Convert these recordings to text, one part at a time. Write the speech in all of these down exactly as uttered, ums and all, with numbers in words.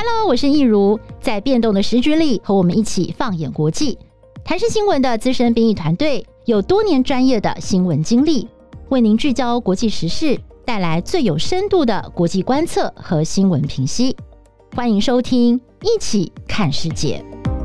Hello， 我是易如，在变动的时局里，和我们一起放眼国际。台视新闻的资深编译团队有多年专业的新闻经历，为您聚焦国际时事，带来最有深度的国际观测和新闻评析。欢迎收听，一起看世界。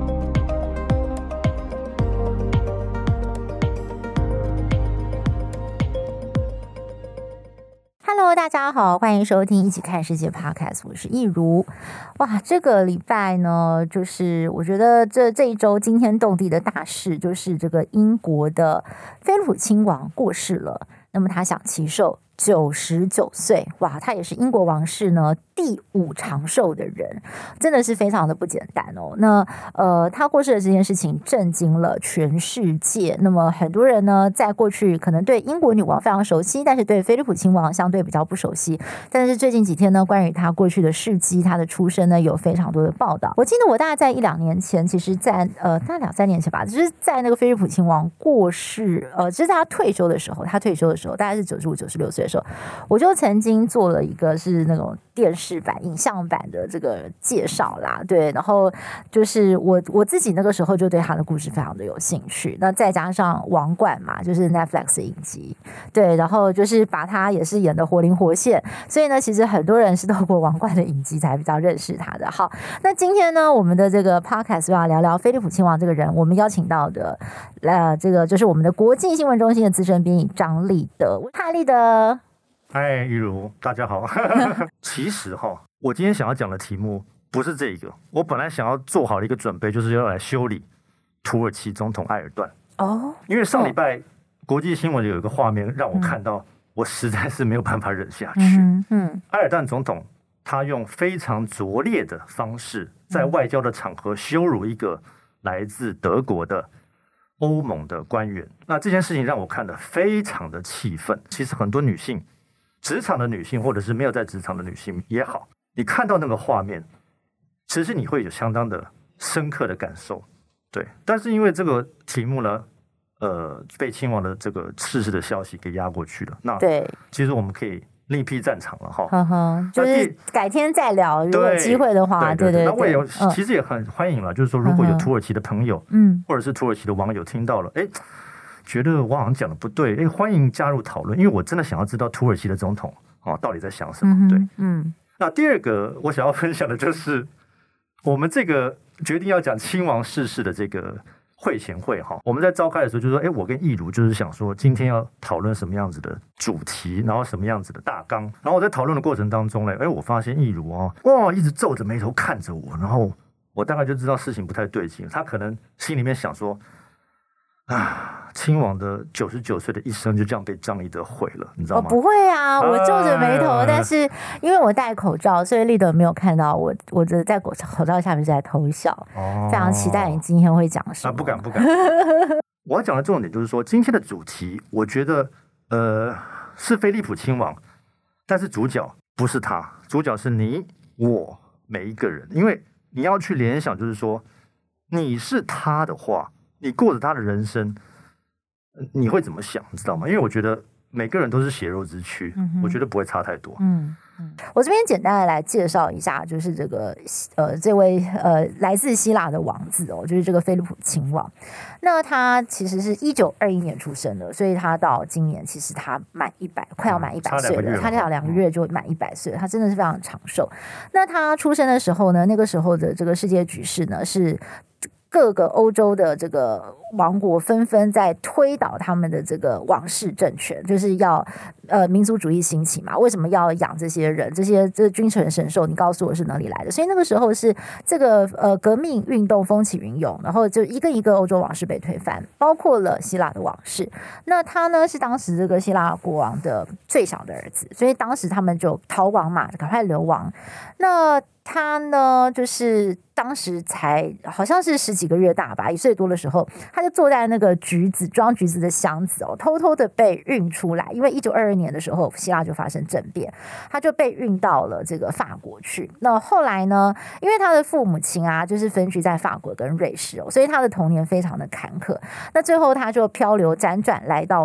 Hello， 大家好，欢迎收听一起看世界 Podcast， 我是易如。哇，这个礼拜呢，就是我觉得这这一周惊天动地的大事，就是这个英国的菲利普亲王过世了。那么他享其寿九十九岁，哇，他也是英国王室呢第五长寿的人，真的是非常的不简单哦。那呃，他过世的这件事情震惊了全世界。那么很多人呢，在过去可能对英国女王非常熟悉，但是对菲利普亲王相对比较不熟悉。但是最近几天呢，关于他过去的事迹、他的出身呢，有非常多的报道。我记得我大概在一两年前，其实在呃，大概两三年前吧，就是在那个菲利普亲王过世，呃，就是他退休的时候，他退休的时候大概是九十五、九十六岁的时候，我就曾经做了一个是那种电视版、影像版的这个介绍啦，对，然后就是我我自己那个时候就对他的故事非常的有兴趣，那再加上王冠嘛，就是 Netflix 的影集，对，然后就是把他也是演得活灵活现，所以呢，其实很多人是透过王冠的影集才比较认识他的。好，那今天呢，我们的这个 podcast 要聊聊菲利普亲王这个人，我们邀请到的呃，这个就是我们的国际新闻中心的资深编译张立德，嗨，立德。 嗨，一如，大家好。其实哈，我今天想要讲的题目不是这个，我本来想要做好的一个准备，就是要来修理土耳其总统埃尔段。哦，因为上礼拜国际新闻有一个画面让我看到，我实在是没有办法忍下去。嗯嗯，埃尔段总统他用非常拙劣的方式，在外交的场合羞辱一个来自德国的欧盟的官员。那这件事情让我看得非常的气愤。其实很多女性，职场的女性或者是没有在职场的女性也好，你看到那个画面，其实你会有相当的深刻的感受，对。但是因为这个题目呢，呃，被亲王的这个逝世的消息给压过去了。那对，其实我们可以另辟战场了哈。呵呵，就是改天再聊，如果有机会的话，对对对。 那我也有，其实也很欢迎了，就是说如果有土耳其的朋友，嗯，或者是土耳其的网友听到了，哎。觉得我好像讲的不对，哎，欢迎加入讨论，因为我真的想要知道土耳其的总统啊到底在想什么。嗯、对，嗯。那第二个我想要分享的就是我们这个决定要讲亲王逝世的这个会前会哈，我们在召开的时候就说，哎，我跟易如就是想说今天要讨论什么样子的主题，然后什么样子的大纲，然后我在讨论的过程当中呢，哎，我发现易如啊，哇，一直皱着眉头看着我，然后我大概就知道事情不太对劲，他可能心里面想说。啊，亲王的九十九岁的一生就这样被张立德毁了，你知道吗？ 哦、不会啊，我皱着眉头，啊、但是因为我戴口罩，所以立德没有看到我，我的在口罩下面是在偷笑。哦，非常期待你今天会讲什么。 啊，不敢不敢。我要讲的重点就是说，今天的主题，我觉得呃是菲利普亲王，但是主角不是他，主角是你我每一个人，因为你要去联想，就是说你是他的话。你过着他的人生，你会怎么想？你知道吗？因为我觉得每个人都是血肉之躯，嗯、我觉得不会差太多。 嗯嗯，我这边简单的来介绍一下，就是这个呃，这位呃来自希腊的王子哦，就是这个菲利普亲王。那他其实是一九二一年出生的，所以他到今年其实他满一百，快要满一百岁了。他差两个月就满一百岁了，他真的是非常长寿。那他出生的时候呢，那个时候的这个世界局势呢是。各个欧洲的这个王国纷纷在推倒他们的这个王室政权，就是要呃民族主义兴起嘛。为什么要养这些人？这些这个君臣神授，你告诉我是哪里来的？所以那个时候是这个呃革命运动风起云涌，然后就一个一个欧洲王室被推翻，包括了希腊的王室。那他呢是当时这个希腊国王的最小的儿子，所以当时他们就逃亡嘛，赶快流亡。那他呢，就是当时才好像是十几个月大吧，一岁多的时候，他就坐在那个橘子装橘子的箱子哦，偷偷的被运出来。因为一九二二年的时候，希腊就发生政变，他就被运到了这个法国去。那后来呢，因为他的父母亲啊，就是分居在法国跟瑞士哦，所以他的童年非常的坎坷。那最后他就漂流辗转来到了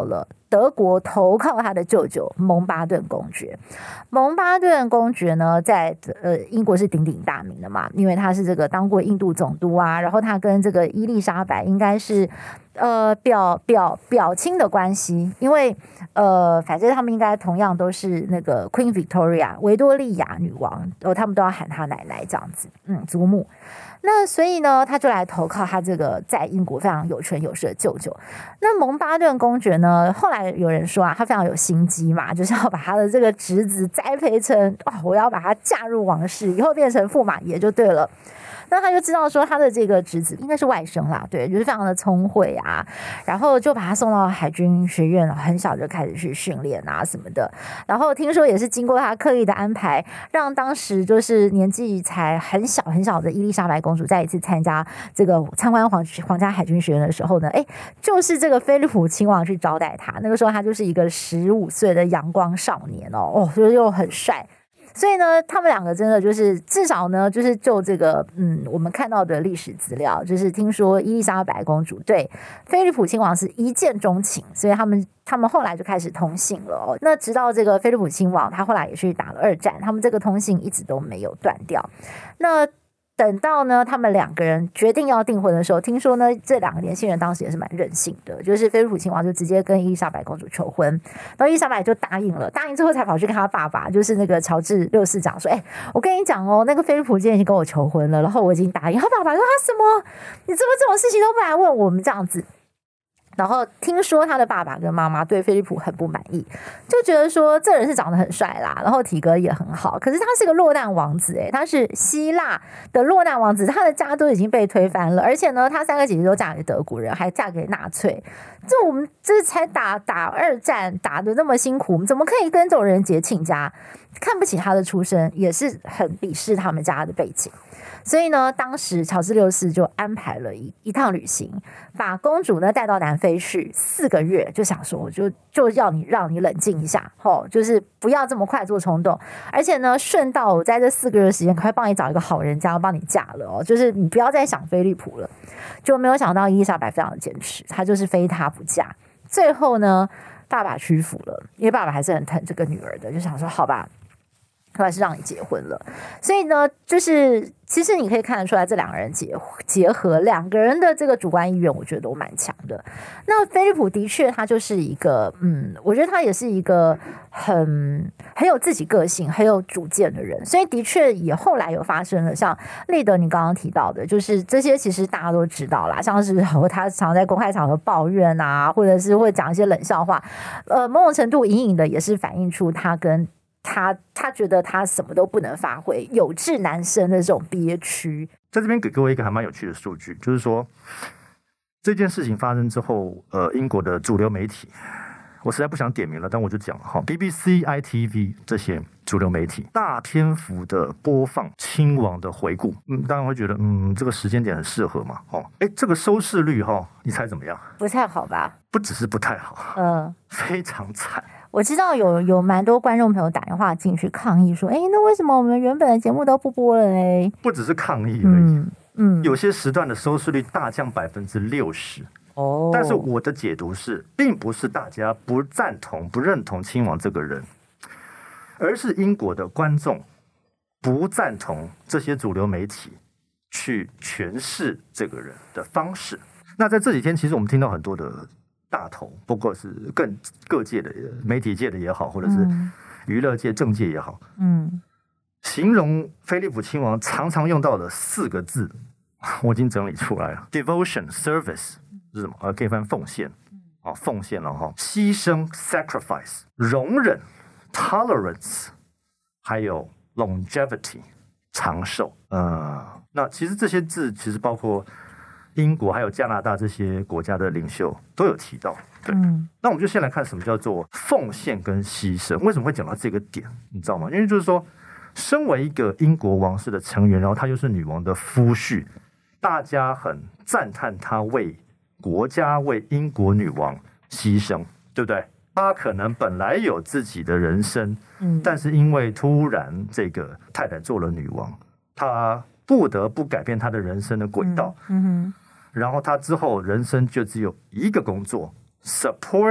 德国投靠他的舅舅蒙巴顿公爵。蒙巴顿公爵呢，在呃英国是鼎鼎大名的嘛，因为他是这个当过印度总督啊，然后他跟这个伊丽莎白应该是呃表表表亲的关系，因为呃反正他们应该同样都是那个 Queen Victoria 维多利亚女王，哦，他们都要喊她奶奶这样子，嗯，祖母。那所以呢，他就来投靠他这个在英国非常有权有势的舅舅。那蒙巴顿公爵呢，后来有人说啊，他非常有心机嘛，就是要把他的这个侄子栽培成，哇，我要把他嫁入王室，以后变成驸马爷就对了。那他就知道说他的这个侄子应该是外甥啦，对，就是非常的聪慧啊，然后就把他送到海军学院，很小就开始去训练啊什么的。然后听说也是经过他刻意的安排，让当时就是年纪才很小很小的伊丽莎白公主再一次参加这个参观皇皇家海军学院的时候呢，哎，就是这个菲利普亲王去招待他。那个时候他就是一个十五岁的阳光少年哦，哦，就是又很帅。所以呢，他们两个真的就是至少呢，就是就这个嗯，我们看到的历史资料，就是听说伊丽莎白公主对菲利普亲王是一见钟情，所以他们他们后来就开始通信了哦。那直到这个菲利普亲王他后来也去打了二战，他们这个通信一直都没有断掉。那等到呢，他们两个人决定要订婚的时候，听说呢，这两个年轻人当时也是蛮任性的，就是菲利普亲王就直接跟伊丽莎白公主求婚，然后伊丽莎白就答应了，答应之后才跑去跟他爸爸，就是那个乔治六世讲说，哎、欸，我跟你讲哦，那个菲利普今天已经跟我求婚了，然后我已经答应。他爸爸说他什么？你怎么这种事情都不来问我们这样子？然后听说他的爸爸跟妈妈对菲利普很不满意，就觉得说这人是长得很帅啦，然后体格也很好，可是他是个落难王子诶，他是希腊的落难王子，他的家都已经被推翻了，而且呢，他三个姐姐都嫁给德国人，还嫁给纳粹。这我们这才打打二战打得那么辛苦，我们怎么可以跟这种人结亲家？看不起他的出身，也是很鄙视他们家的背景。所以呢，当时乔治六世就安排了一一趟旅行，把公主呢带到南非去四个月，就想说，我就就要你让你冷静一下，吼，就是不要这么快做冲动，而且呢，顺道我在这四个月的时间，快帮你找一个好人家帮你嫁了哦，就是你不要再想菲利普了。就没有想到伊丽莎白非常的坚持，她就是非她不嫁。最后呢，爸爸屈服了，因为爸爸还是很疼这个女儿的，就想说好吧。后来是让你结婚了，所以呢，就是其实你可以看得出来，这两个人结结合，两个人的这个主观意愿，我觉得都蛮强的。那菲利普的确，他就是一个，嗯，我觉得他也是一个很很有自己个性、很有主见的人，所以的确也后来有发生了，像立德你刚刚提到的，就是这些其实大家都知道啦，像是他常在公开场合抱怨啊，或者是会讲一些冷笑话，呃，某种程度隐隐的也是反映出他跟。他他觉得他什么都不能发挥，有志难伸的这种憋屈。 在这边给各位一个还蛮有趣的数据，就是说这件事情发生之后，呃，英国的主流媒体，我实在不想点名了，但我就讲了哈 ，B B C、I T V 这些主流媒体大篇幅的播放亲王的回顾，嗯，当然会觉得，嗯，这个时间点很适合嘛，哦，哎，这个收视率哈，你猜怎么样？ 不太好吧？ 不只是不太好，嗯、呃，非常惨。 我知道有有蛮多观众朋友打电话进去抗议说，哎，那为什么我们原本的节目都不播了嘞？ 不只是抗议而已，嗯，嗯有些时段的收视率大降百分之六十。哦，但是我的解读是，并不是大家不赞同、不认同亲王这个人，而是英国的观众不赞同这些主流媒体去诠释这个人的方式。那在这几天，其实我们听到很多的。大头，不过是更各界的媒体界的也好，或者是娱乐界、政界也好，嗯，形容菲利普亲王常常用到的四个字，我已经整理出来了 ：devotion、service 是什么？呃，可以翻奉献，啊，奉献了哈，牺牲 sacrifice、容忍 tolerance， 还有 longevity 长寿。呃，那其实这些字其实包括。英国还有加拿大这些国家的领袖都有提到，对。嗯、那我们就先来看什么叫做奉献跟牺牲。为什么会讲到这个点？你知道吗？因为就是说，身为一个英国王室的成员，然后他又是女王的夫婿，大家很赞叹他为国家、为英国女王牺牲，对不对？他可能本来有自己的人生，嗯，但是因为突然这个太太做了女王，他不得不改变他的人生的轨道，嗯, 嗯哼。然后他之后人生就只有一个工作 ，support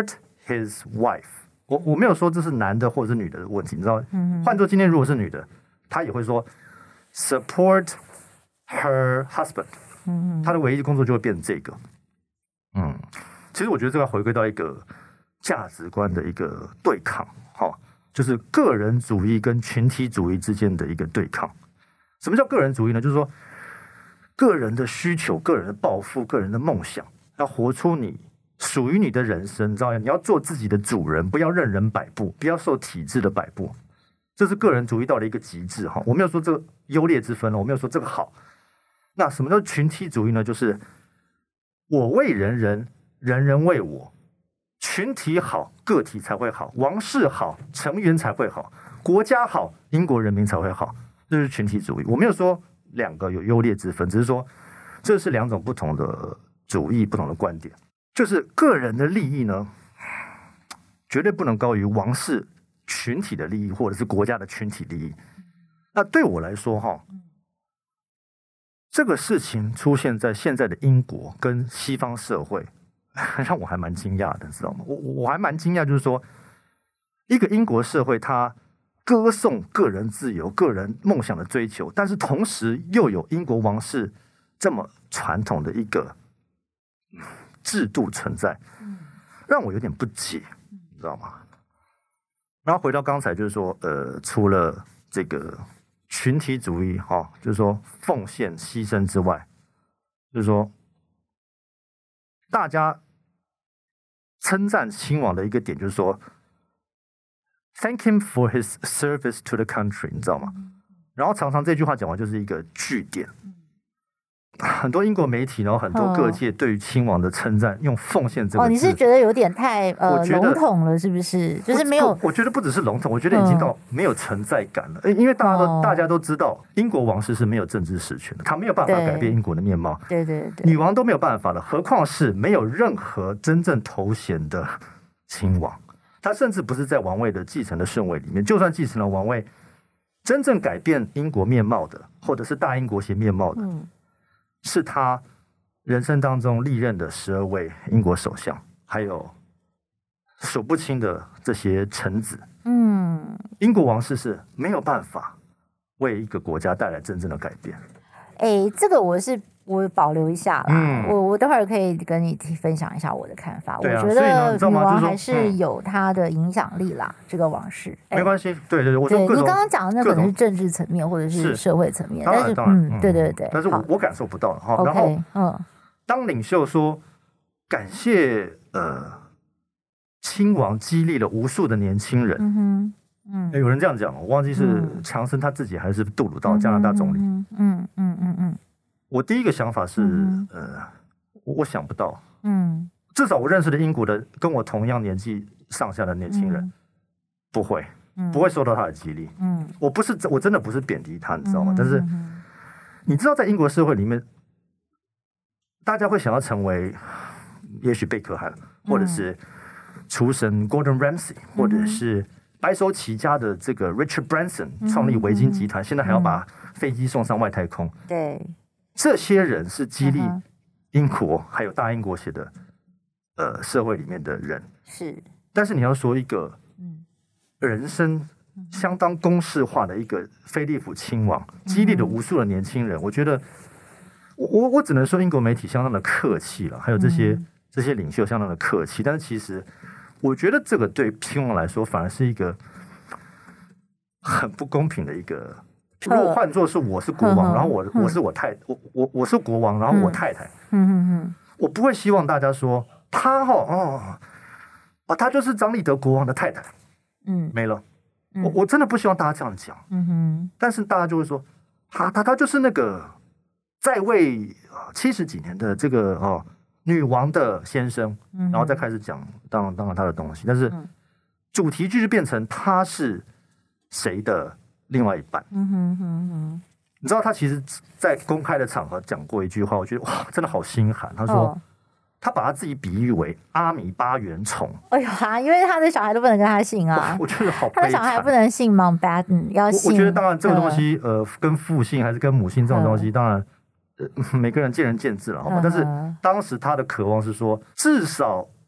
his wife。我我没有说这是男的或者是女的的问题，你知道？嗯、换作今天如果是女的，她也会说 support her husband。嗯，她的唯一的工作就会变成这个。嗯，其实我觉得这个要回归到一个价值观的一个对抗，哈、哦，就是个人主义跟群体主义之间的一个对抗。什么叫个人主义呢？就是说，个人的需求、个人的抱负、个人的梦想，要活出你属于你的人生，你知道吗？你要做自己的主人，不要任人摆布，不要受体制的摆布。这是个人主义到了一个极致哈。我没有说这个优劣之分了，我没有说这个好。那什么叫群体主义呢？就是我为人人，人人为我。群体好，个体才会好；王室好，成员才会好；国家好，英国人民才会好。这是群体主义。我没有说两个有优劣之分，只是说这是两种不同的主义、不同的观点。就是个人的利益呢，绝对不能高于王室群体的利益，或者是国家的群体利益。那对我来说，哈，这个事情出现在现在的英国跟西方社会，让我还蛮惊讶的，知道吗？我我还蛮惊讶，就是说，一个英国社会，它歌颂个人自由、个人梦想的追求，但是同时又有英国王室这么传统的一个制度存在，让我有点不解，你知道吗？然后回到刚才，就是说，呃，除了这个群体主义，哈、哦，就是说奉献、牺牲之外，就是说大家称赞亲王的一个点，就是说 ，Thank him for his service to the country， 你知道吗？然后常常这句话讲完就是一个句点。很多英国媒体，然后很多各界对于亲王的称赞，用奉献这个字。哦， 你是觉得有点太呃笼统了，是不是？就是没有， 我觉得不只是笼统，我觉得已经到没有存在感了。因为大家都、哦、大家都知道，英国王室是没有政治实权的，他没有办法改变英国的面貌。 对对对， 女王都没有办法了，何况是没有任何真正头衔的亲王。他甚至不是在王位的继承的顺位里面，就算继承了王位，真正改变英国面貌的，或者是大英国协面貌的。嗯，是他人生当中历任的十二位英国首相，还有数不清的这些臣子。嗯，英国王室是没有办法为一个国家带来真正的改变。 哎，这个我是我保留一下啦。嗯、我我待会儿可以跟你分享一下我的看法。啊、我觉得女王还是有她的影响力啦，嗯、这个王室没关系。对对对，我说对你刚刚讲的那可能是政治层面或者是社会层面，但是嗯，对对对， 但是我我感受不到了哈。然后嗯，当领袖说感谢呃亲王激励了无数的年轻人，嗯哼。嗯，有人这样讲，我忘记是强森他自己还是杜鲁道加拿大总理。嗯嗯嗯嗯嗯。我第一个想法是，嗯、呃，我想不到。嗯，至少我认识的英国的跟我同样年纪上下的年轻人，嗯、不会，嗯、不会受到他的激励。嗯，我不是，我真的不是贬低他，你知道吗？嗯、但是，你知道，在英国社会里面，大家会想要成为，也许贝克汉，或者是厨神 Gordon Ramsay，、嗯、或者是。白手起家的这个 Richard Branson 创立维京集团，嗯、现在还要把飞机送上外太空。 对， 这些人是激励英国还有大英国协的呃社会里面的人。 是，但是你要说一个人生相当公式化的一个菲利普亲王，激励了无数的年轻人，我觉得我我只能说英国媒体相当的客气了，还有这些、嗯、这些领袖相当的客气，但是其实。我觉得这个对亲王来说反而是一个很不公平的一个。如果换作是我是国王，然后我我是我太我我我是国王，然后我太太，嗯嗯嗯，我不会希望大家说他哦哦啊，他就是张立德国王的太太，嗯，没了。我我真的不希望大家这样讲，嗯哼。但是大家就会说，他他他就是那个在位七十几年的这个哦。女王的先生，然后再开始讲，当然当然他的东西，但是主题句就变成他是谁的另外一半。嗯哼哼哼，你知道他其实，在公开的场合讲过一句话，我觉得哇，真的好心寒。他说，哦、他把他自己比喻为阿米巴原虫。 哎呦哈，因为他的小孩都不能跟他姓啊， 我觉得好悲惨。 他的小孩不能姓 Mountbatten， 要姓。 我, 我觉得当然这个东西，呃，呃跟父姓还是跟母姓这种东西，当然。每个人见仁见智了，好吧？但是当时他的渴望是说，至少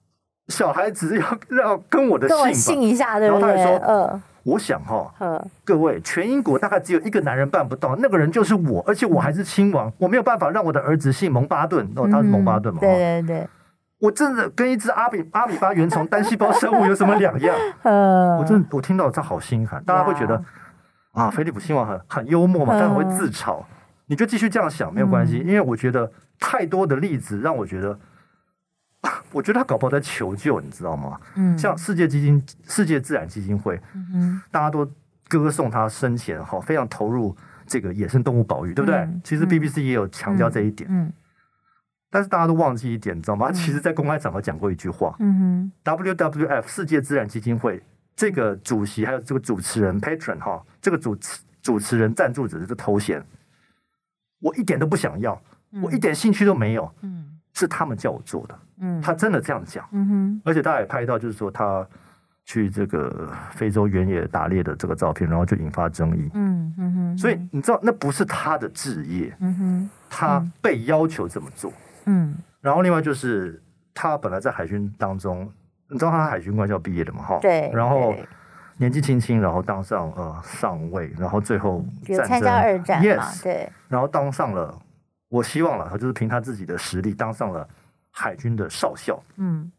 小孩子要要跟我的姓吧， 跟我姓一下，对不对？ 然后他还说， 呃， 我想哈、 呃， 各位，全英国大概只有一个男人办不到，那个人就是我，而且我还是亲王，我没有办法让我的儿子姓蒙巴顿。哦，他是蒙巴顿嘛？ 嗯、对对对。 我真的跟一只阿比阿米巴原虫单细胞生物有什么两样？ 呃， 我真的我听到他好心寒，大家会觉得啊，菲利普亲王很很幽默嘛，但很会自嘲。你就继续这样想没有关系，嗯、因为我觉得太多的例子让我觉得。我觉得他搞不好在求救，你知道吗？嗯，像世界基金、世界自然基金会，嗯、大家都歌颂他生前哈非常投入这个野生动物保育，对不对？嗯、其实 B B C 也有强调这一点，嗯嗯、但是大家都忘记一点，你知道吗？他其实在公开场合讲过一句话，嗯、W W F 世界自然基金会这个主席还有这个主持人 Patron 哈，这个主持主持人赞助者的头衔，我一点都不想要，嗯、我一点兴趣都没有，嗯、是他们叫我做的。嗯，他真的这样讲，嗯哼，而且大家也拍到，就是说他去这个非洲原野打猎的这个照片，然后就引发争议，嗯嗯哼，所以你知道那不是他的志业，嗯哼，他被要求这么做，嗯，然后另外就是他本来在海军当中，你知道他海军官校毕业的嘛，哈， 对， 然后年纪轻轻，然后当上呃上尉，然后最后有参加二战嘛， yes, 对， 然后当上了，我希望了，他就是凭他自己的实力当上了。海军的少校，嗯，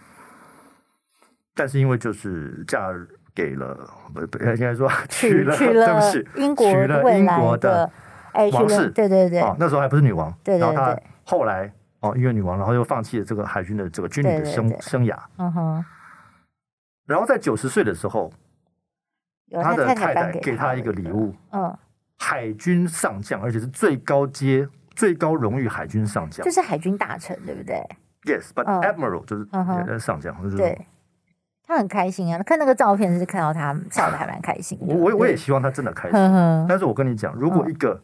但是因为就是嫁给了，不不，应该说娶了， 娶了对不起， 英国娶了英国的王室， 对对对， 哦，那时候还不是女王， 对对对， 然后她后来哦，因为女王，然后又放弃了这个海军的这个军旅的生对对对生涯，嗯哼，然后在九十岁的时候，他的太太给他一个礼物，嗯，海军上将，而且是最高阶。最高荣誉海军上将， 就是海军大臣，对不对 ？Yes, but、嗯、admiral 就是、嗯、上将，就是对。他很开心啊，看那个照片是看到他笑得还蛮开心的。 我我也希望他真的开心，嗯、但是我跟你讲，如果一个，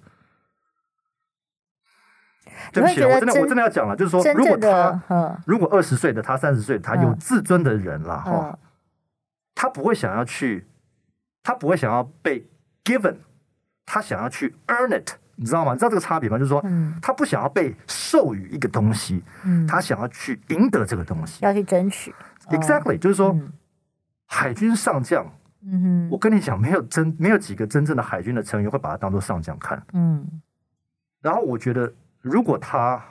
嗯、对不起，我真的我真的要讲了，就是说，如果他、嗯、如果二十岁的他、三十岁的他有自尊的人啦，哈、嗯，他不会想要去，他不会想要被 given， 他想要去 earn it。你知道吗？你知道这个差别吗？就是说，嗯、他不想要被授予一个东西，嗯、他想要去赢得这个东西， 要去争取。 Exactly，、哦、就是说，嗯、海军上将，嗯哼，我跟你讲，没有真没有几个真正的海军的成员会把他当做上将看。嗯，然后我觉得，如果他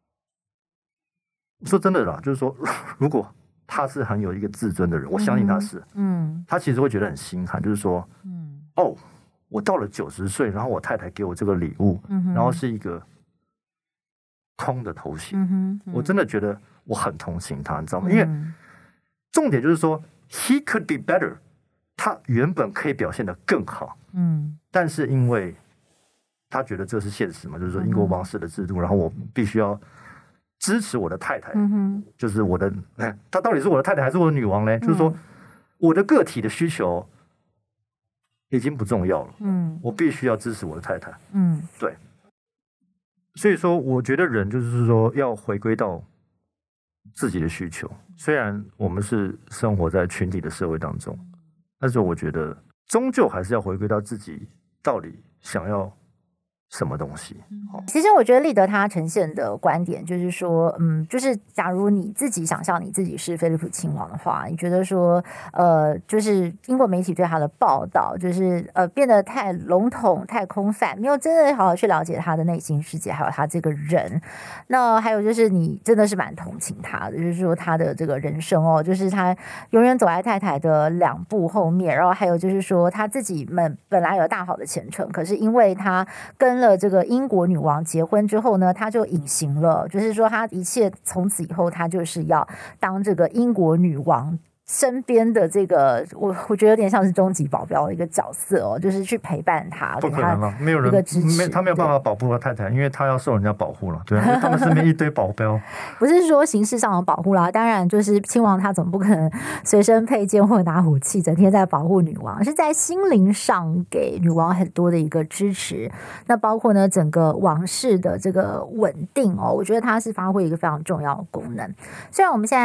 说真的啦，就是说，如果他是很有一个自尊的人，我相信他是，嗯，他其实会觉得很心寒，就是说，嗯，哦。我到了九十岁，然后我太太给我这个礼物，嗯、然后是一个空的头衔，嗯嗯、我真的觉得我很同情他，你知道吗？嗯、因为重点就是说 ，he could be better， 他原本可以表现得更好，嗯，但是因为他觉得这是现实嘛，就是说英国王室的制度，嗯、然后我必须要支持我的太太，嗯、就是我的，他到底是我的太太还是我的女王呢？嗯、就是说我的个体的需求。已经不重要了，嗯，我必须要支持我的太太，嗯，对，所以说，我觉得人就是说要回归到自己的需求。虽然我们是生活在群体的社会当中，但是我觉得终究还是要回归到自己到底想要什么东西。 其实我觉得立德他呈现的观点就是说，嗯，就是假如你自己想象你自己是菲利普亲王的话，你觉得说，呃，就是英国媒体对他的报道，就是呃变得太笼统、太空泛，没有真的好好去了解他的内心世界，还有他这个人。那还有就是你真的是蛮同情他的，就是说他的这个人生哦，就是他永远走在太太的两步后面，然后还有就是说他自己们本来有大好的前程，可是因为他跟了这个英国女王结婚之后呢，他就隐形了，就是说他一切从此以后他就是要当这个英国女王身边的这个，我我觉得有点像是终极保镖的一个角色哦，就是去陪伴他， 不可能了，没有人没他没有办法保护他太太，因为他要受人家保护了，对，他们身边一堆保镖， 不是说形式上的保护啦，当然就是亲王他总不可能随身配件或拿武器，整天在保护女王，是在心灵上给女王很多的一个支持，那包括呢整个王室的这个稳定哦，我觉得它是发挥一个非常重要的功能。虽然我们现在不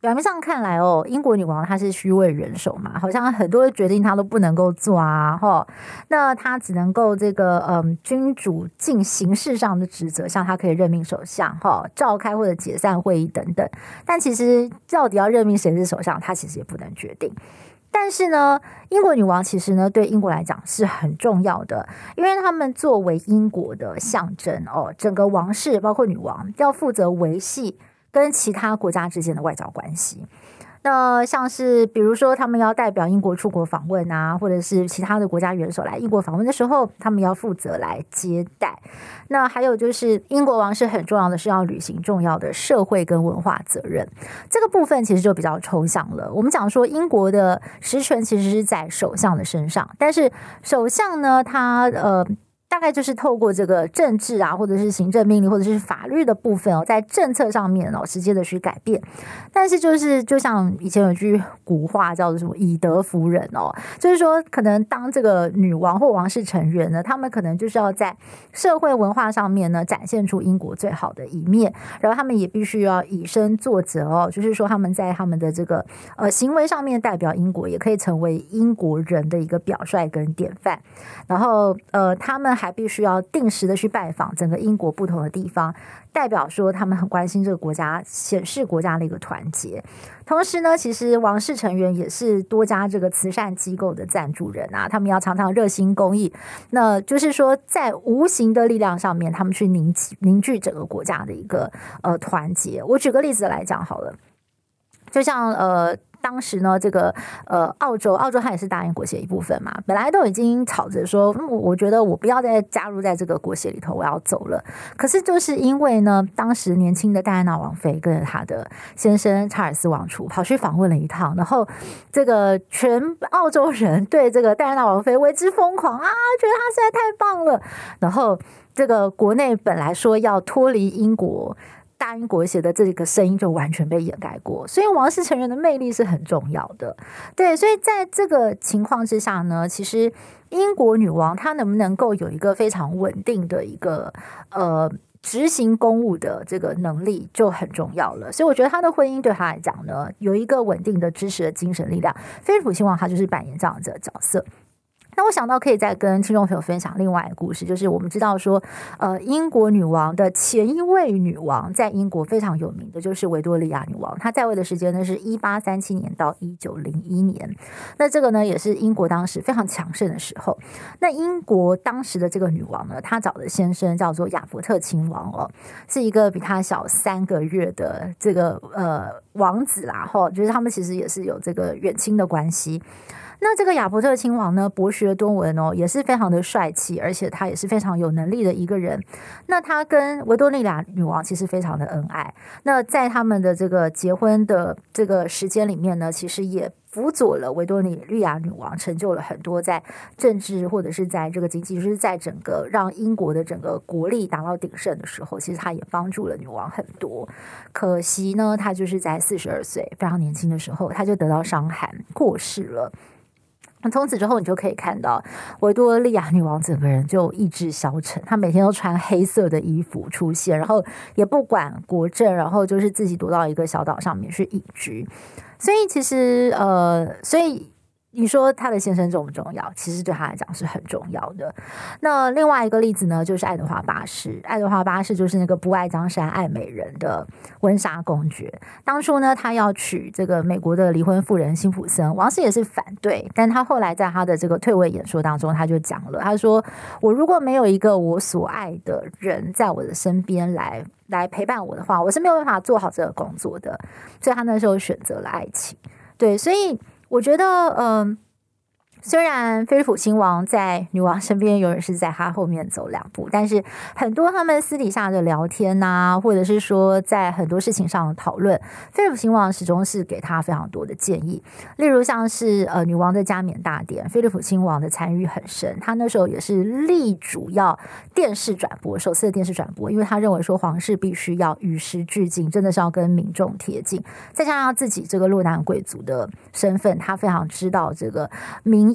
表面上看来哦，英国女王她是虚位元首嘛，好像很多决定她都不能够做啊，哈，那她只能够这个嗯，君主尽形式上的职责，像她可以任命首相，哈，召开或者解散会议等等。但其实到底要任命谁是首相，她其实也不能决定。但是呢，英国女王其实呢，对英国来讲是很重要的，因为他们作为英国的象征哦，整个王室包括女王要负责维系跟其他国家之间的外交关系。那像是比如说他们要代表英国出国访问啊，或者是其他的国家元首来英国访问的时候，他们要负责来接待。那还有就是英国王室很重要的是要履行重要的社会跟文化责任，这个部分其实就比较抽象了。我们讲说英国的实权其实是在首相的身上，但是首相呢，他呃大概就是透过这个政治啊，或者是行政命令，或者是法律的部分哦，在政策上面哦，直接的去改变。但是就是就像以前有句古话叫做什么“以德服人”哦，就是说可能当这个女王或王室成员呢，他们可能就是要在社会文化上面呢展现出英国最好的一面，然后他们也必须要以身作则哦，就是说他们在他们的这个呃行为上面代表英国，也可以成为英国人的一个表率跟典范。然后呃，他们还必须要定时的去拜访整个英国不同的地方，代表说他们很关心这个国家，显示国家的一个团结。同时呢，其实王室成员也是多家这个慈善机构的赞助人啊，他们要常常热心公益，那就是说在无形的力量上面，他们去凝聚凝聚整个国家的一个呃团结。我举个例子来讲好了，就像呃。当时呢，这个呃，澳洲，澳洲它也是大英国协一部分嘛，本来都已经吵着说，嗯，我觉得我不要再加入在这个国协里头，我要走了。可是就是因为呢，当时年轻的戴安娜王妃跟着她的先生查尔斯王储跑去访问了一趟，然后这个全澳洲人对这个戴安娜王妃为之疯狂啊，觉得她实在太棒了。然后这个国内本来说要脱离英国。大英国协的这个声音就完全被掩盖过，所以王室成员的魅力是很重要的。对，所以在这个情况之下呢，其实英国女王她能不能够有一个非常稳定的一个呃执行公务的这个能力就很重要了。所以我觉得她的婚姻对她来讲呢，有一个稳定的支持的精神力量。菲利普亲王他就是扮演这样子的角色。那我想到可以再跟听众朋友分享另外一个故事，就是我们知道说，呃，英国女王的前一位女王在英国非常有名的就是维多利亚女王，她在位的时间呢是一八三七年到一九零一年，那这个呢也是英国当时非常强盛的时候。那英国当时的这个女王呢，她找的先生叫做亚伯特亲王哦，是一个比她小三个月的这个呃王子啦，哈，就是他们其实也是有这个远亲的关系。那这个亚伯特亲王呢，博学多闻哦，也是非常的帅气，而且他也是非常有能力的一个人。那他跟维多利亚女王其实非常的恩爱。那在他们的这个结婚的这个时间里面呢，其实也辅佐了维多利亚女王，成就了很多在政治或者是在这个经济，就是在整个让英国的整个国力达到鼎盛的时候，其实他也帮助了女王很多。可惜呢，他就是在四十二岁非常年轻的时候，他就得到伤寒过世了。从此之后，你就可以看到维多利亚女王整个人就意志消沉，她每天都穿黑色的衣服出现，然后也不管国政，然后就是自己躲到一个小岛上面去隐居。所以其实呃，所以你说他的先生重不重要？其实对他来讲是很重要的。那另外一个例子呢，就是爱德华八世。爱德华八世就是那个不爱江山爱美人的温莎公爵。当初呢，他要娶这个美国的离婚妇人辛普森，王室也是反对，但他后来在他的这个退位演说当中，他就讲了，他说：“我如果没有一个我所爱的人在我的身边来来陪伴我的话，我是没有办法做好这个工作的。”所以他那时候选择了爱情。对，所以我觉得，嗯，虽然菲利普亲王在女王身边永远是在他后面走两步，但是很多他们私底下的聊天啊，或者是说在很多事情上的讨论，菲利普亲王始终是给他非常多的建议。例如像是呃女王的加冕大典，菲利普亲王的参与很深，他那时候也是力主要电视转播，首次的电视转播，因为他认为说皇室必须要与时俱进，真的是要跟民众贴近，再加上自己这个落难贵族的身份，他非常知道这个民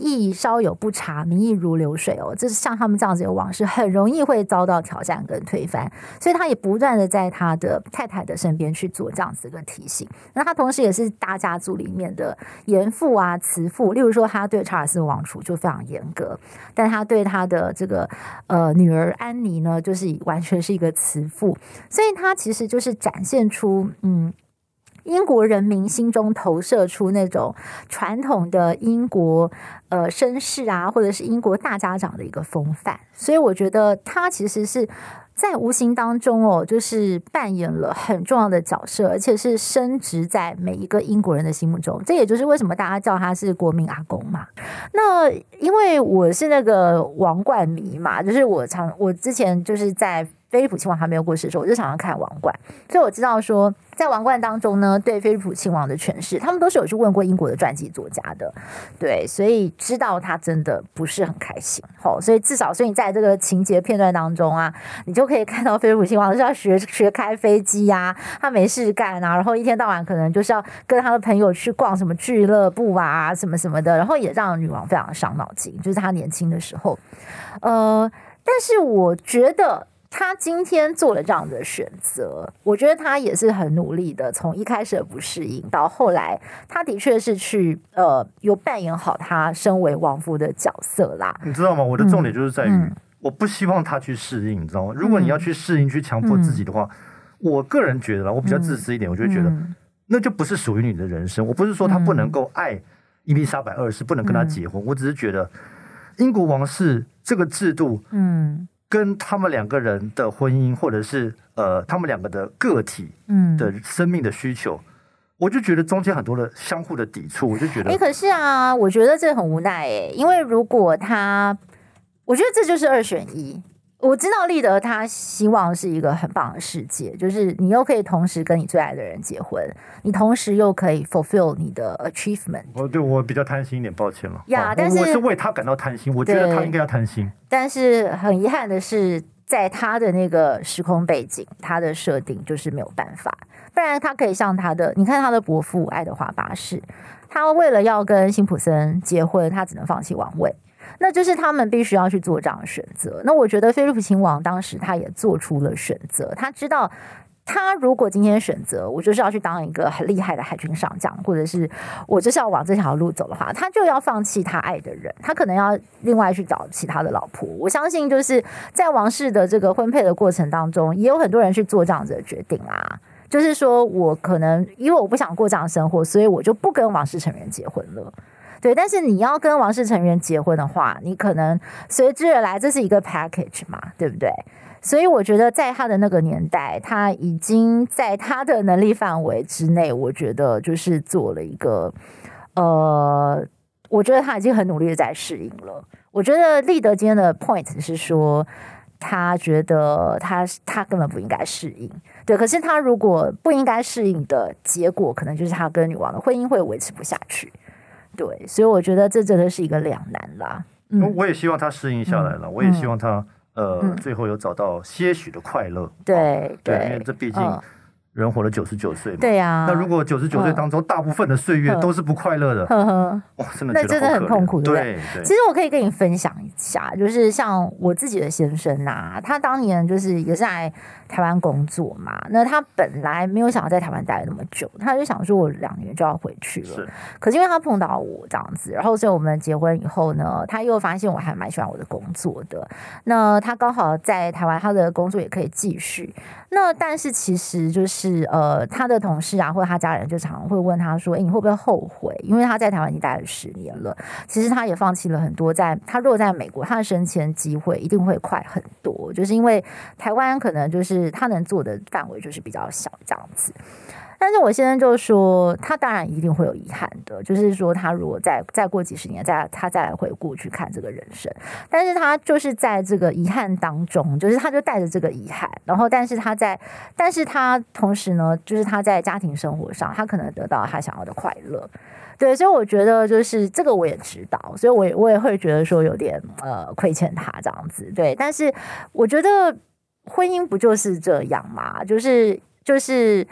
意稍有不察，民意如流水哦，这是像他们这样子的王室很容易会遭到挑战跟推翻，所以他也不断的在他的太太的身边去做这样子的提醒。那他同时也是大家族里面的严父啊慈父，例如说他对查尔斯王储就非常严格，但他对他的这个呃女儿安妮呢，就是完全是一个慈父，所以他其实就是展现出嗯。英国人民心中投射出那种传统的英国呃绅士啊，或者是英国大家长的一个风范，所以我觉得他其实是在无形当中哦，就是扮演了很重要的角色，而且是深植在每一个英国人的心目中。这也就是为什么大家叫他是国民阿公嘛。那因为我是那个王冠迷嘛，就是我常我之前就是在菲利普亲王还没有过世的时候，我就常常看王冠，所以我知道说，在王冠当中呢，对菲利普亲王的诠释，他们都是有去问过英国的传记作家的，对，所以知道他真的不是很开心，吼，所以至少，所以你在这个情节片段当中啊，你就可以看到菲利普亲王是要学学开飞机啊，他没事干啊，然后一天到晚可能就是要跟他的朋友去逛什么俱乐部啊，什么什么的，然后也让女王非常伤脑筋，就是他年轻的时候，呃，但是我觉得。他今天做了这样的选择，我觉得他也是很努力的，从一开始的不适应到后来，他的确是去呃有扮演好他身为王夫的角色啦。 你知道吗？我的重点就是在于，嗯、我不希望他去适应，你知道吗？如果你要去适应、嗯、去强迫自己的话，我个人觉得啦，我比较自私一点，嗯、我就会觉得、嗯、那就不是属于你的人生。我不是说他不能够爱伊丽莎白二世，不能跟他结婚，嗯、我只是觉得英国王室这个制度，嗯。跟他们两个人的婚姻，或者是呃，他们两个的个体的生命的需求，嗯、我就觉得中间很多的相互的抵触，我就觉得， 哎、欸，可是啊，我觉得这很无奈哎，因为如果他，我觉得这就是二选一。我知道立德他希望是一个很棒的世界，就是你又可以同时跟你最爱的人结婚，你同时又可以 fulfill 你的 achievement。 哦，对，我比较贪心一点，抱歉了。 呀、yeah, 但是我是为他感到贪心，我觉得他应该要贪心。 但是很遗憾的是，在他的那个时空背景，他的设定就是没有办法，不然他可以像他的，你看他的伯父爱德华八世，他为了要跟辛普森结婚，他只能放弃王位。那就是他们必须要去做这样的选择。那我觉得菲利普亲王当时他也做出了选择，他知道他如果今天选择我就是要去当一个很厉害的海军上将，或者是我就是要往这条路走的话，他就要放弃他爱的人，他可能要另外去找其他的老婆。我相信就是在王室的这个婚配的过程当中，也有很多人去做这样子的决定啊，就是说我可能因为我不想过这样的生活，所以我就不跟王室成员结婚了。对，但是你要跟王室成员结婚的话，你可能随之而来，这是一个 package 嘛，对不对？所以我觉得在他的那个年代，他已经在他的能力范围之内，我觉得就是做了一个，呃，我觉得他已经很努力的在适应了。我觉得立德今天的 point 是说，他觉得他他根本不应该适应，对，可是他如果不应该适应的结果，可能就是他跟女王的婚姻会维持不下去。对，所以我觉得这真的是一个两难啦。 嗯，我也希望他适应下来了，嗯、我也希望他呃、嗯、最后有找到些许的快乐。 对、 哦、对，因为这毕竟人活了九十九岁嘛。 对呀、啊。 那如果九十九岁当中、嗯、大部分的岁月都是不快乐的， 呵呵哇，真的那真的很痛苦，对不对？对。 其实我可以跟你分享一下，就是像我自己的先生啊，他当年就是也是来台湾工作嘛，那他本来没有想要在台湾待那么久，他就想说我两年就要回去了。可是因为他碰到我这样子，然后所以我们结婚以后呢，他又发现我还蛮喜欢我的工作的。那他刚好在台湾，他的工作也可以继续。那但是其实就是呃，他的同事啊，或者他家人就常常会问他说：“哎，你会不会后悔？”因为他在台湾已经待了十年了，其实他也放弃了很多在。在他如果在美国，他的升迁机会一定会快很多，就是因为台湾可能就是他能做的范围就是比较小这样子。但是我先生就说，他当然一定会有遗憾的，就是说他如果再再过几十年，再他再来回顾去看这个人生，但是他就是在这个遗憾当中，就是他就带着这个遗憾，然后但是他在，但是他同时呢，就是他在家庭生活上，他可能得到他想要的快乐。对，所以我觉得就是这个我也知道，所以我也我也会觉得说有点呃亏欠他这样子。对，但是我觉得婚姻不就是这样嘛，就是就是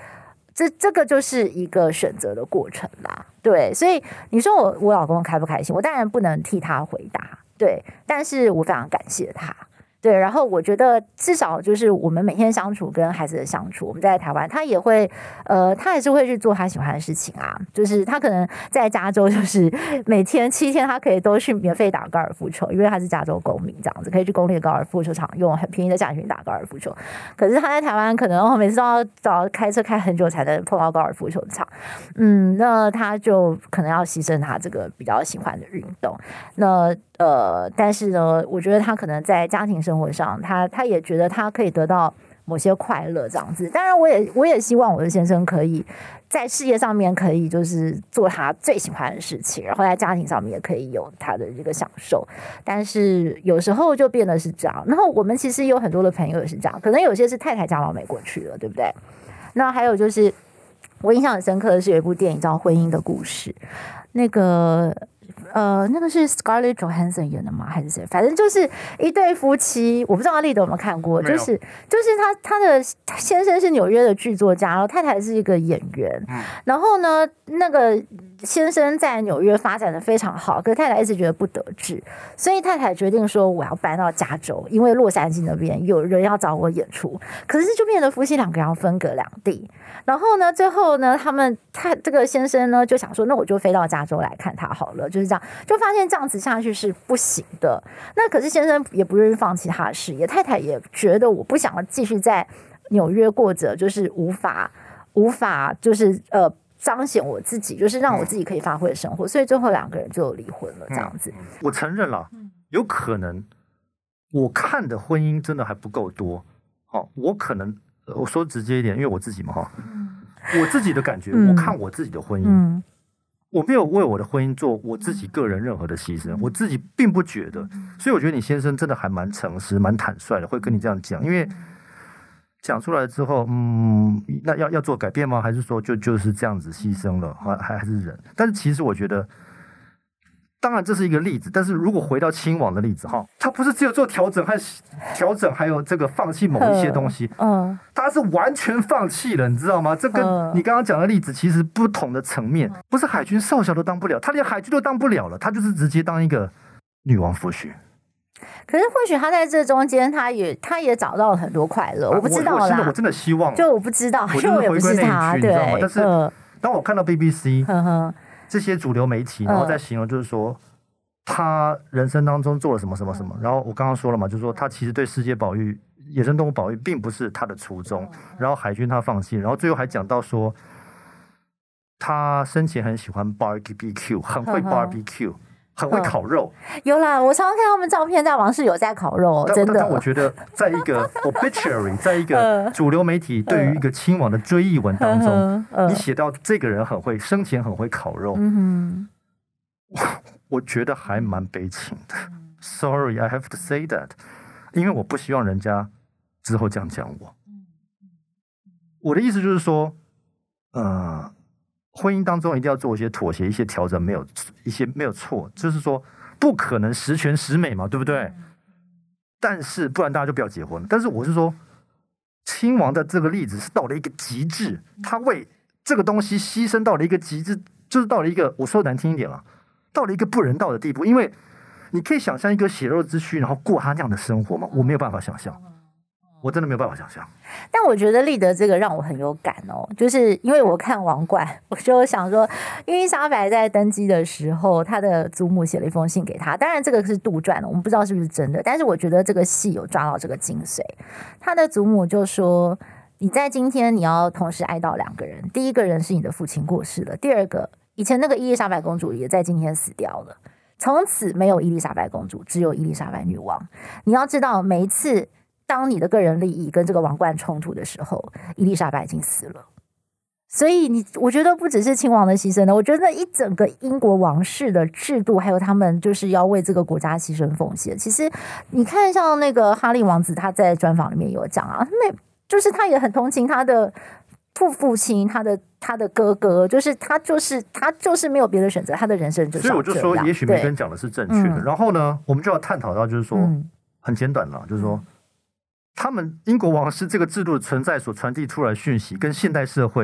这这个就是一个选择的过程啦。对，所以你说我我老公开不开心，我当然不能替他回答，对，但是我非常感谢他。对，然后我觉得至少就是我们每天相处跟孩子的相处，我们在台湾，他也会呃，他也是会去做他喜欢的事情啊。就是他可能在加州，就是每天七天他可以都去免费打高尔夫球，因为他是加州公民，这样子可以去公立的高尔夫球场用很便宜的价钱打高尔夫球。可是他在台湾可能哦每次都要找开车开很久才能碰到高尔夫球场，嗯，那他就可能要牺牲他这个比较喜欢的运动。那呃，但是呢，我觉得他可能在家庭生活上，他他也觉得他可以得到某些快乐这样子。当然，我也我也希望我的先生可以在事业上面可以就是做他最喜欢的事情，然后在家庭上面也可以有他的这个享受。但是有时候就变得是这样。然后我们其实有很多的朋友也是这样，可能有些是太太嫁到美国去了，对不对？那还有就是我印象很深刻的是有一部电影叫《婚姻的故事》，那个。呃，那个是 Scarlett Johansson 演的吗？还是谁？反正就是一对夫妻，我不知道立德有没有看过。就是就是他他的先生是纽约的剧作家，然后太太是一个演员。嗯、然后呢，那个先生在纽约发展的非常好，可是太太一直觉得不得志，所以太太决定说我要搬到加州，因为洛杉矶那边有人要找我演出。可是就变得夫妻两个人要分隔两地。然后呢，最后呢，他们他这个先生呢就想说，那我就飞到加州来看他好了，就是这样。就发现这样子下去是不行的。那可是先生也不愿意放弃他的事业，太太也觉得我不想要继续在纽约过着就是无法无法就是呃彰显我自己，就是让我自己可以发挥的生活，所以最后两个人就离婚了。这样子， 嗯、我承认了，有可能我看的婚姻真的还不够多。哦，我可能我说直接一点，因为我自己嘛哈，我自己的感觉，嗯、我看我自己的婚姻。嗯我没有为我的婚姻做我自己个人任何的牺牲，我自己并不觉得，所以我觉得你先生真的还蛮诚实、蛮坦率的，会跟你这样讲。因为讲出来之后，嗯，那要要做改变吗？还是说就就是这样子牺牲了，还还还是忍？但是其实我觉得，当然这是一个例子，但是如果回到亲王的例子哈，他不是只有做调整，还调整，还有这个放弃某一些东西，嗯，他是完全放弃了，你知道吗？这跟你刚刚讲的例子其实不同的层面，不是海军少校都当不了，他连海军都当不了了，他就是直接当一个女王夫婿。 可是或许他在这中间，他也他也找到了很多快乐，啊、我不知道啦。 我真的我真的希望， 就我不知道，因为我也不是他， 对，但是当我看到 B B C。呵呵这些主流媒体，然后再形容，就是说、嗯、他人生当中做了什么什么什么。然后我刚刚说了嘛，就是说他其实对世界保育、野生动物保育并不是他的初衷。然后海军他放弃，然后最后还讲到说，他生前很喜欢 barbecue， 很会 barbecue，、嗯、很会烤肉。 有啦，我常常看他们照片，在王室有在烤肉，真的。 但我觉得，在一个 obituary， 在一个主流媒体对于一个亲王的追忆文当中，嗯嗯、你写到这个人很会，生前很会烤肉，嗯、我, 我觉得还蛮悲情的。Sorry, I have to say that， 因为我不希望人家之后这样讲我。我的意思就是说，呃。婚姻当中一定要做一些妥协、一些调整，没有一些没有错，就是说不可能十全十美嘛，对不对？但是不然大家就不要结婚。但是我是说，亲王的这个例子是到了一个极致，他为这个东西牺牲到了一个极致，就是到了一个我说难听一点了，到了一个不人道的地步。因为你可以想象一个血肉之躯，然后过他那样的生活吗？我没有办法想象。我真的没有办法想象， 但我觉得立德这个让我很有感哦，就是因为我看王冠，我就想说，伊丽莎白在登基的时候，她的祖母写了一封信给她，当然这个是杜撰的，我们不知道是不是真的，但是我觉得这个戏有抓到这个精髓。她的祖母就说：“你在今天你要同时哀悼两个人，第一个人是你的父亲过世了，第二个，以前那个伊丽莎白公主也在今天死掉了，从此没有伊丽莎白公主，只有伊丽莎白女王。你要知道，每一次。”当你的个人利益跟这个王冠冲突的时候，伊丽莎白已经死了。所以你，我觉得不只是亲王的牺牲呢，我觉得一整个英国王室的制度，还有他们就是要为这个国家牺牲奉献。其实你看，像那个哈利王子，他在专访里面有讲啊，那就是他也很同情他的父父亲，他的他的哥哥，就是他就是他就是没有别的选择，他的人生就是要这样。 所以我就说，也许梅根讲的是正确的。然后呢，我们就要探讨到，就是说，嗯、很简短了，就是说。他们英国王室这个制度的存在所传递出来的讯息，跟现代社会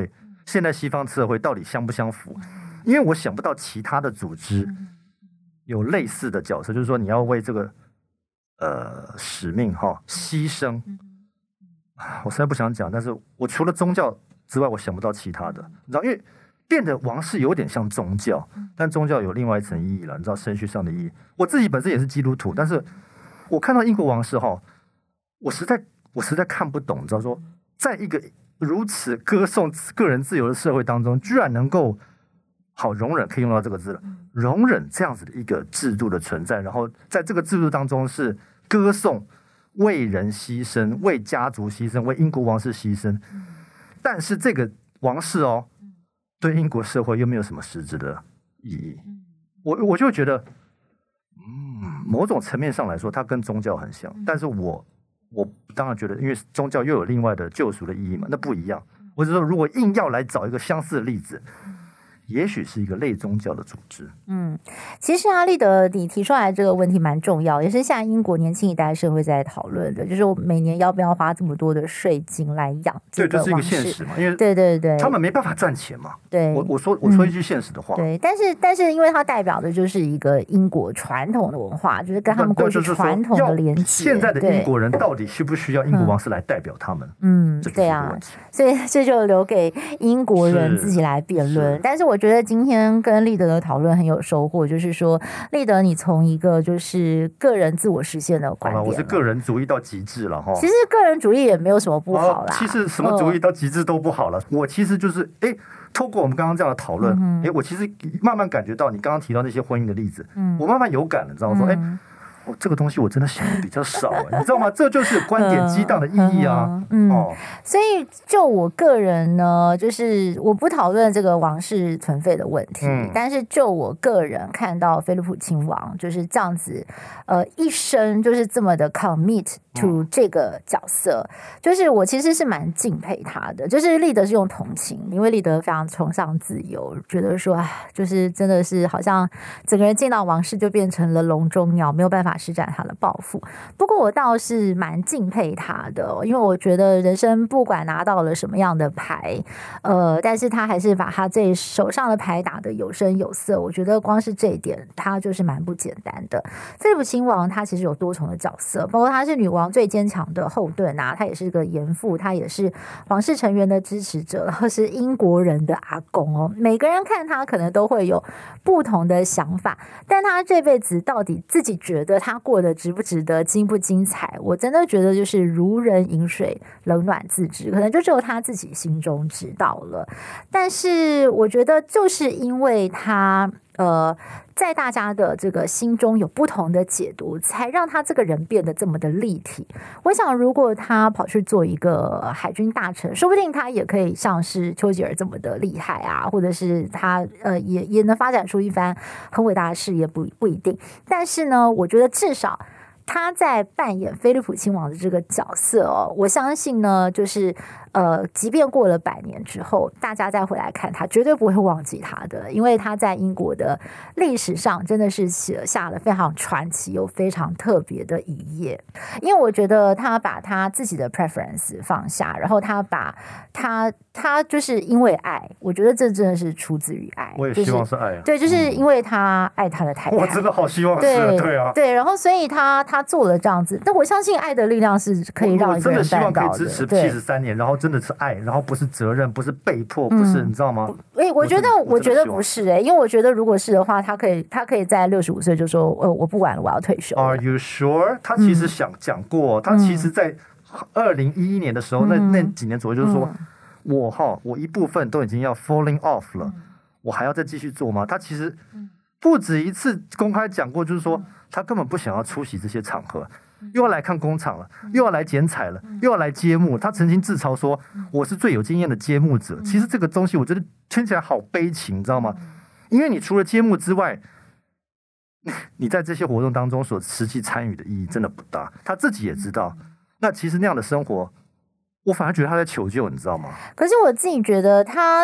现在西方社会到底相不相符？因为我想不到其他的组织有类似的角色，就是说你要为这个呃使命哈牺牲。我实在不想讲，但是我除了宗教之外，我想不到其他的，你知道，因为变得王室有点像宗教，但宗教有另外一层意义了，你知道神学上的意义。我自己本身也是基督徒，但是我看到英国王室哈，我实在我实在看不懂，你知道说，在一个如此歌颂个人自由的社会当中，居然能够好容忍，可以用到这个字了，容忍这样子的一个制度的存在，然后在这个制度当中是歌颂为人牺牲、为家族牺牲、为英国王室牺牲，但是这个王室哦，对英国社会又没有什么实质的意义。我我就觉得，嗯，某种层面上来说，它跟宗教很像，但是我我当然觉得，因为宗教又有另外的救赎的意义嘛，那不一样。我是说，如果硬要来找一个相似的例子，也许是一个类宗教的组织。 嗯，其实阿立德你提出来这个问题蛮重要，也是现在英国年轻一代社会在讨论的，就是我每年要不要花这么多的税金来养这个王室。 对，这是一个现实嘛，因为对对对， 他们没办法赚钱嘛。 对， 我我说我说一句现实的话， 嗯、对，但是但是因为它代表的就是一个英国传统的文化，就是跟他们过去传统的连接。 现在的英国人到底需不需要英国王室来代表他们？ 嗯，对啊，所以这就留给英国人自己来辩论。但是我觉得今天跟立德的讨论很有收获，就是说立德你从一个就是个人自我实现的观点， 我是个人主义到极致了哈。 其实个人主义也没有什么不好啦， 其实什么主义到极致都不好了。嗯、我其实就是哎，透过我们刚刚这样的讨论，哎、嗯，我其实慢慢感觉到你刚刚提到那些婚姻的例子，嗯，我慢慢有感了，你知道吗？说哎。嗯哦、这个东西我真的想的比较少，你知道吗？这就是观点激荡的意义啊！ 嗯，哦、所以就我个人呢，就是我不讨论这个王室存废的问题，嗯、但是就我个人看到菲利普亲王就是这样子，呃，一生就是这么的 commit to 这个角色，嗯、就是我其实是蛮敬佩他的。就是立德是用同情，因为立德非常崇尚自由，觉得说，哎，就是真的是好像整个人进到王室就变成了笼中鸟，没有办法施展他的抱负。不过我倒是蛮敬佩他的，因为我觉得人生不管拿到了什么样的牌，呃，但是他还是把他这手上的牌打得有声有色。我觉得光是这一点，他就是蛮不简单的。菲利普亲王他其实有多重的角色，包括他是女王最坚强的后盾啊，他也是个严父，他也是皇室成员的支持者，然后是英国人的阿公哦。每个人看他可能都会有不同的想法，但他这辈子到底自己觉得他过得值不值得、精不精彩，我真的觉得就是如人饮水，冷暖自知，可能就只有他自己心中知道了。但是我觉得就是因为他呃，在大家的这个心中有不同的解读，才让他这个人变得这么的立体。我想如果他跑去做一个海军大臣，说不定他也可以像是丘吉尔这么的厉害啊，或者是他呃也也能发展出一番很伟大的事业，不不一定。但是呢，我觉得至少他在扮演菲利普亲王的这个角色哦，我相信呢，就是呃，即便过了百年之后，大家再回来看他，绝对不会忘记他的，因为他在英国的历史上真的是写下了非常传奇又非常特别的一页。因为我觉得他把他自己的 preference 放下，然后他把他他就是因为爱，我觉得这真的是出自于爱。 我也希望是爱啊， 就是、对，就是因为他爱他的太太， 我真的好希望是， 对对啊， 对，然后所以他他做了这样子，但我相信爱的力量是可以让一个人办到的。 我真的希望可以支持七十三年，然后真的是爱，然后不是责任，不是被迫，不是、嗯、你知道吗？ 哎，我觉得我, 我觉得不是哎、欸，因为我觉得如果是的话，他可以他可以在六十五岁就说，呃，我不玩了，我要退休。 Are you sure？ 他其实想讲过，嗯、他其实在二零一一年的时候，嗯、那那几年左右，就是说、嗯、我哈，我一部分都已经要 falling off 了，嗯、我还要再继续做吗？他其实不止一次公开讲过，就是说、嗯、他根本不想要出席这些场合。又要来看工厂了，又要来剪彩了，又要来揭幕。他曾经自嘲说：“我是最有经验的揭幕者。”其实这个东西我觉得听起来好悲情，你知道吗？因为你除了揭幕之外，你在这些活动当中所实际参与的意义真的不大。他自己也知道，那其实那样的生活，我反而觉得他在求救，你知道吗？ 可是我自己觉得他。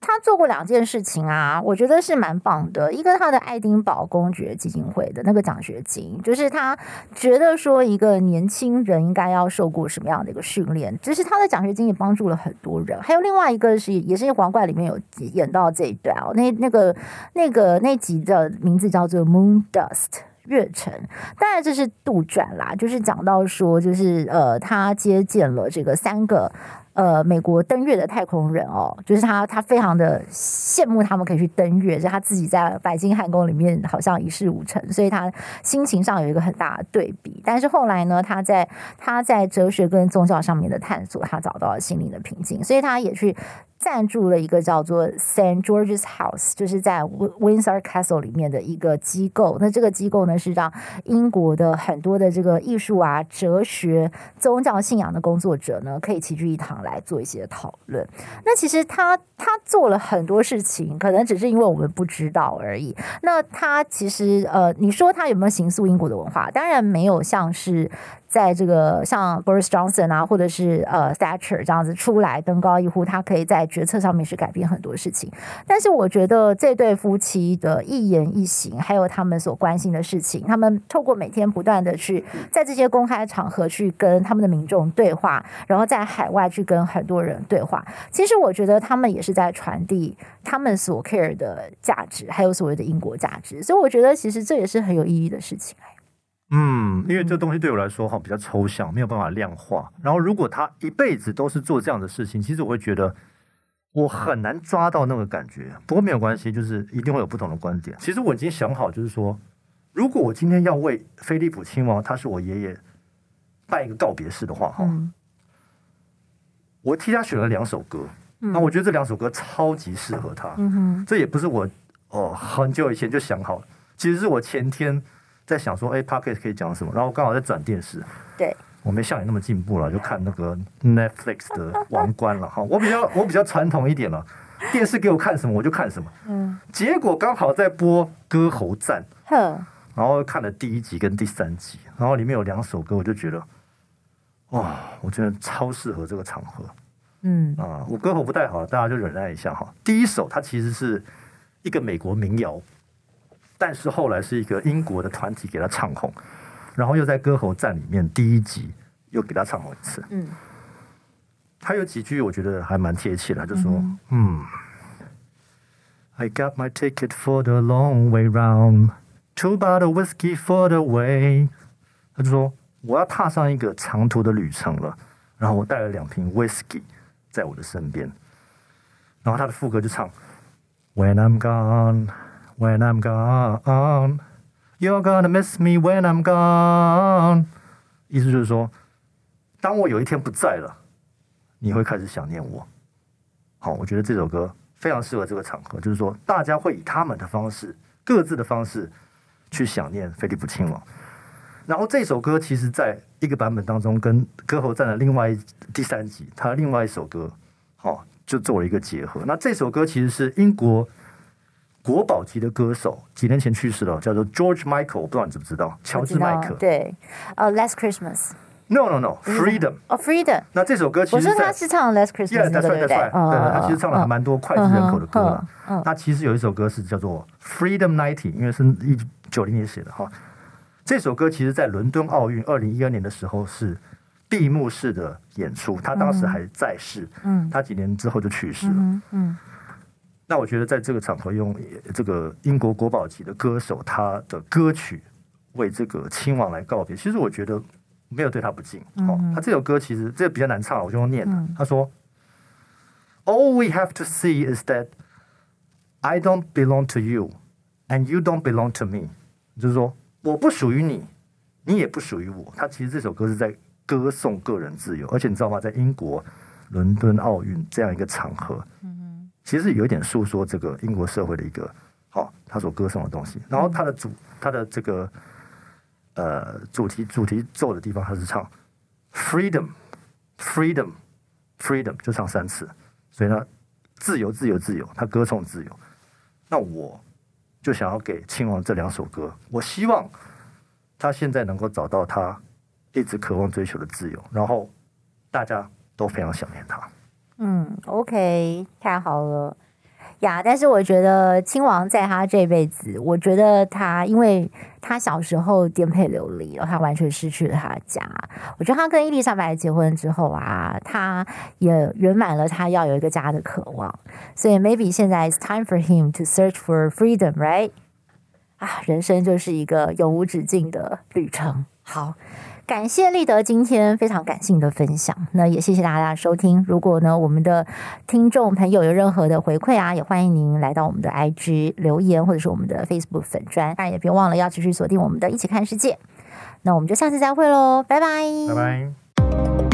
他做过两件事情啊，我觉得是蛮棒的。一个他的爱丁堡公爵基金会的那个奖学金，就是他觉得说一个年轻人应该要受过什么样的一个训练，就是他的奖学金也帮助了很多人。还有另外一个是也是王冠里面有演到这一段哦，那那个那个那集的名字叫做 Moon Dust。月城，当然这是杜撰啦，就是讲到说，就是呃，他接见了这个三个呃美国登月的太空人哦，就是他他非常的羡慕他们可以去登月，就他自己在白金汉宫里面好像一事无成，所以他心情上有一个很大的对比。但是后来呢，他在他在哲学跟宗教上面的探索，他找到了心灵的平静，所以他也去赞助了一个叫做 Saint George's House， 就是在 Windsor Castle 里面的一个机构。那这个机构呢，是让英国的很多的这个艺术啊、哲学、宗教信仰的工作者呢，可以齐聚一堂来做一些讨论。那其实他他做了很多事情，可能只是因为我们不知道而已。那他其实呃，你说他有没有形塑英国的文化？当然没有，像是在这个像 Boris Johnson 啊，或者是呃 Thatcher 这样子出来登高一呼，他可以在决策上面是改变很多事情。但是我觉得这对夫妻的一言一行，还有他们所关心的事情，他们透过每天不断的去在这些公开场合去跟他们的民众对话，然后在海外去跟很多人对话。其实我觉得他们也是在传递他们所 care 的价值，还有所谓的英国价值。所以我觉得其实这也是很有意义的事情。 嗯，因为这东西对我来说哈比较抽象，没有办法量化。然后如果他一辈子都是做这样的事情，其实我会觉得我很难抓到那个感觉。不过没有关系，就是一定会有不同的观点。其实我已经想好，就是说，如果我今天要为菲利普亲王，他是我爷爷，办一个告别式的话，哈、嗯，我替他选了两首歌，那、嗯、我觉得这两首歌超级适合他。嗯哼，这也不是我哦很久以前就想好了，其实是我前天在想说，哎 ，Podcast 可以讲什么？然后刚好在转电视， 对， 我没像你那么进步了，就看那个 Netflix 的王冠了哈。我比较我比较传统一点了，电视给我看什么我就看什么。嗯，结果刚好在播《歌喉战》，然后看了第一集跟第三集，然后里面有两首歌，我就觉得，哇，我觉得超适合这个场合。嗯啊，我歌喉不太好，大家就忍耐一下哈。第一首它其实是一个美国民谣。但是后来是一个英国的团体给他唱红，然后又在歌喉战里面第一集又给他唱红一次。嗯，他有几句我觉得还蛮贴切的，就说嗯, 嗯 I got my ticket for the long way round, two bottle whiskey for the way。他就说我要踏上一个长途的旅程了，然后我带了两瓶 whisky 在我的身边，然后他的副歌就唱 When I'm gone。When I'm gone, you're gonna miss me when I'm gone。 意思就是说，当我有一天不在了，你会开始想念我。好，我觉得这首歌非常适合这个场合，就是说，大家会以他们的方式、各自的方式去想念菲利普亲王。然后这首歌其实在一个版本当中，跟歌喉战的另外第三集，他另外一首歌，好，就做了一个结合。那这首歌其实是英国国宝级的歌手，几年前去世了，叫做 George Michael， 我不知道你知不知道，乔治麦克。 对，呃、uh, ，Last Christmas。No no no，Freedom。 哦 ，Freedom。 那这首歌其实在， 我说他是唱 Last Christmas， 对对对，对，他其实唱了还蛮多脍炙人口的歌了。 嗯， 那其实有一首歌是叫做 Freedom ninety， 因为是一九零年写的哈。这首歌其实在伦敦奥运二零一二年的时候是闭幕式的演出，他当时还在世，嗯，他几年之后就去世了，嗯。嗯，那我觉得在这个场合用这个英国国宝级的歌手他的歌曲为这个亲王来告别，其实我觉得没有对他不敬。嗯哦、他这首歌其实这比较难唱，我就用念、嗯、他说 All we have to see is that I don't belong to you and you don't belong to me， 就是说我不属于你，你也不属于我。他其实这首歌是在歌颂个人自由，而且你知道吗，在英国伦敦奥运这样一个场合，嗯，其实有一点诉说这个英国社会的一个，哦，他所歌颂的东西。然后他的主，他的这个呃主题主题奏的地方，他是唱 freedom freedom freedom， 就唱三次。所以呢，自由自由自由，他歌颂自由。那我就想要给亲王这两首歌，我希望他现在能够找到他一直渴望追求的自由，然后大家都非常想念他。 嗯 ，OK， 太好了。 呀，但是我觉得亲王在他这辈子，我觉得他因为他小时候颠沛流离了，他完全失去了他的家。我觉得他跟伊丽莎白结婚之后啊，他也圆满了他要有一个家的渴望。所以 maybe 现在 it's time for him to search for freedom, right? 啊，人生就是一个永无止境的旅程。好。感谢立德今天非常感性的分享，那也谢谢大家的收听。如果呢我们的听众朋友有任何的回馈啊，也欢迎您来到我们的 I G 留言，或者是我们的 Facebook 粉专。当然也别忘了要持续锁定我们的一起看世界。那我们就下次再会喽，拜拜， 拜拜。